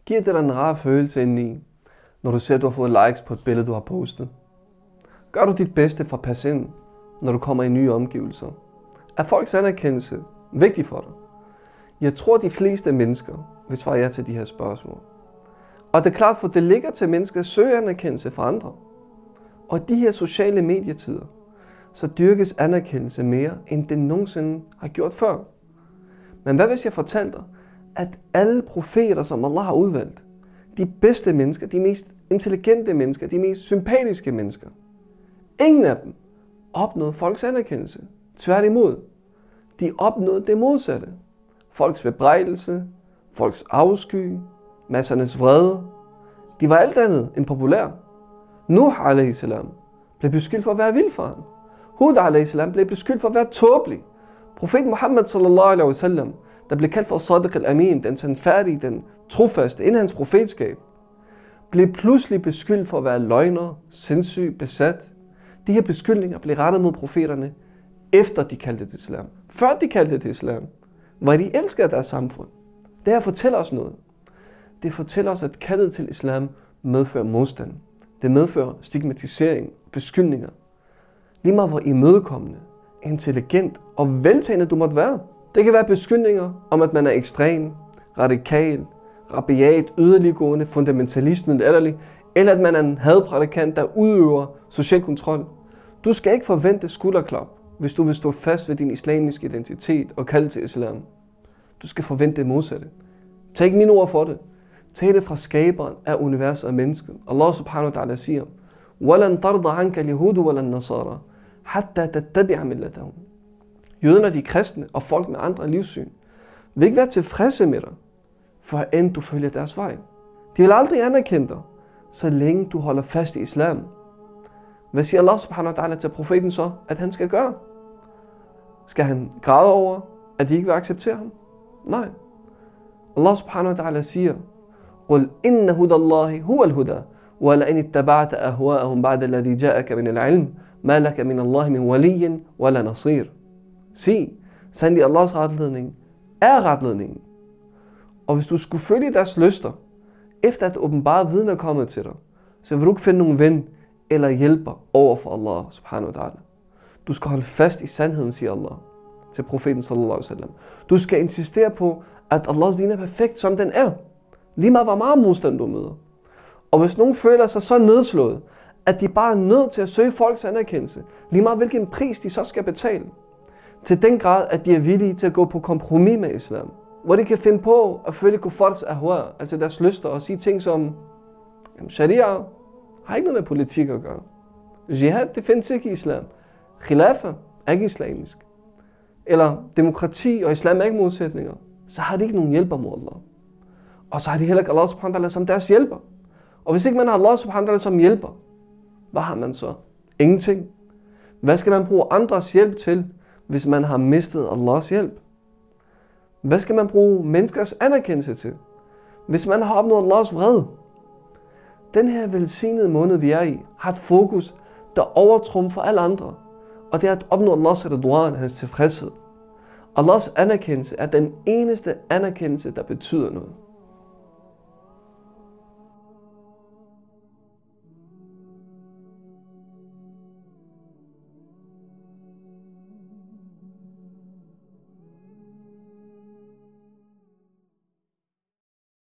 Giver det dig en rar følelse indeni, når du ser, at du har fået likes på et billede, du har postet? Gør du dit bedste for at passe ind, når du kommer i nye omgivelser? Er folks anerkendelse vigtig for dig? Jeg tror, de fleste mennesker vil svare ja til de her spørgsmål. Og det er klart, for det ligger til mennesker at søge anerkendelse fra andre. Og i de her sociale medietider, så dyrkes anerkendelse mere, end det nogensinde har gjort før. Men hvad hvis jeg fortalte dig, at alle profeter, som Allah har udvalgt, de bedste mennesker, de mest intelligente mennesker, de mest sympatiske mennesker, ingen af dem opnåede folks anerkendelse. Tværtimod, de opnåede det modsatte. Folks bebrejdelse, folks afsky, massernes vrede. De var alt andet end populære. Nuh a.s. blev beskyldt for at være vildfaren. Hud a.s. blev beskyldt for at være tåbelig. Profeten Muhammad sallallahu alaihi wasallam, der blev kaldt for Sadiq al-Amin, den sandfærdige, den trofaste, inden hans profetskab, blev pludselig beskyldt for at være løgner, sindssyg, besat. De her beskyldninger blev rettet mod profeterne, efter de kaldte til islam. Før de kaldte til islam, var de elskede deres samfund. Det her fortæller os noget. Det fortæller os, at kaldet til islam medfører modstand. Det medfører stigmatisering, beskyldninger. Lige meget hvor imødekommende, intelligent og veltalende du måtte være. Det kan være beskyldninger om, at man er ekstrem, radikal, rabiat, yderliggående, fundamentalist, middelalderlig, eller at man er en hadprædikant, der udøver social kontrol. Du skal ikke forvente skulderklap, hvis du vil stå fast ved din islamiske identitet og kalde til islam. Du skal forvente det modsatte. Tag ikke mine ord for det. Tag det fra skaberen af universet og mennesket. Allah subhanahu wa ta'ala siger, وَلَنْ تَرْضَ عَنْكَ الْيَهُودُ وَلَا النَّصَارَى حَتَّى تَتَّبِعَ مِلَّتَهُمْ. Jøderne, de kristne og folk med andre livssyn vil ikke være tilfredse med dig, for end du følger deres vej. De vil aldrig anerkende dig, så længe du holder fast i islam. Hvad siger Allah subhanahu wa ta'ala til profeten så, at han skal gøre? Skal han græde over, at de ikke vil acceptere ham? Nej. Allah subhanahu wa ta'ala siger, قُلْ إِنَّ هُدَى اللَّهِ هُوَ الْهُدَى وَلَئِنِ اتَّبَعْتَ أَهْوَاءَهُمْ بَعْدَ الَّذِي جَاءَكَ مِنَ الْعِلْمِ مَا لَكَ مِنَ اللَّهِ مِنْ وَلِيٍّ وَلَا نَصِيرٍ. Sig, sandelig Allahs retledning er retledningen. Og hvis du skulle følge deres lyster, efter at åbenbare viden er kommet til dig, så vil du ikke finde nogen ven eller hjælper over for Allah subhanahu wa ta'ala. Du skal holde fast i sandheden, siger Allah til profeten sallallahu alaihi wasallam. Du skal insistere på, at Allahs din er perfekt, som den er. Lige meget hvor meget modstand du møder. Og hvis nogen føler sig så nedslået, at de bare er nødt til at søge folks anerkendelse, lige meget hvilken pris de så skal betale, til den grad, at de er villige til at gå på kompromis med islam, hvor de kan finde på at følge kuffars ahwa, altså deres lyster, og sige ting som, sharia har ikke noget med politik at gøre. Jihad, det findes ikke i islam. Khilafa er ikke islamisk. Eller demokrati og islam er ikke modsætninger. Så har de ikke nogen hjælper mod Allah. Og så har de heller ikke Allah subhanahu wa ta'ala som deres hjælper. Og hvis ikke man har Allah subhanahu wa ta'ala som hjælper, hvad har man så? Ingenting. Hvad skal man bruge andres hjælp til, hvis man har mistet Allahs hjælp? Hvad skal man bruge menneskers anerkendelse til, hvis man har opnået Allahs vrede? Den her velsignede måned, vi er i, har et fokus, der overtrumfer alle andre. Og det er at opnå Allahs ridwan, hans tilfredshed. Allahs anerkendelse er den eneste anerkendelse, der betyder noget.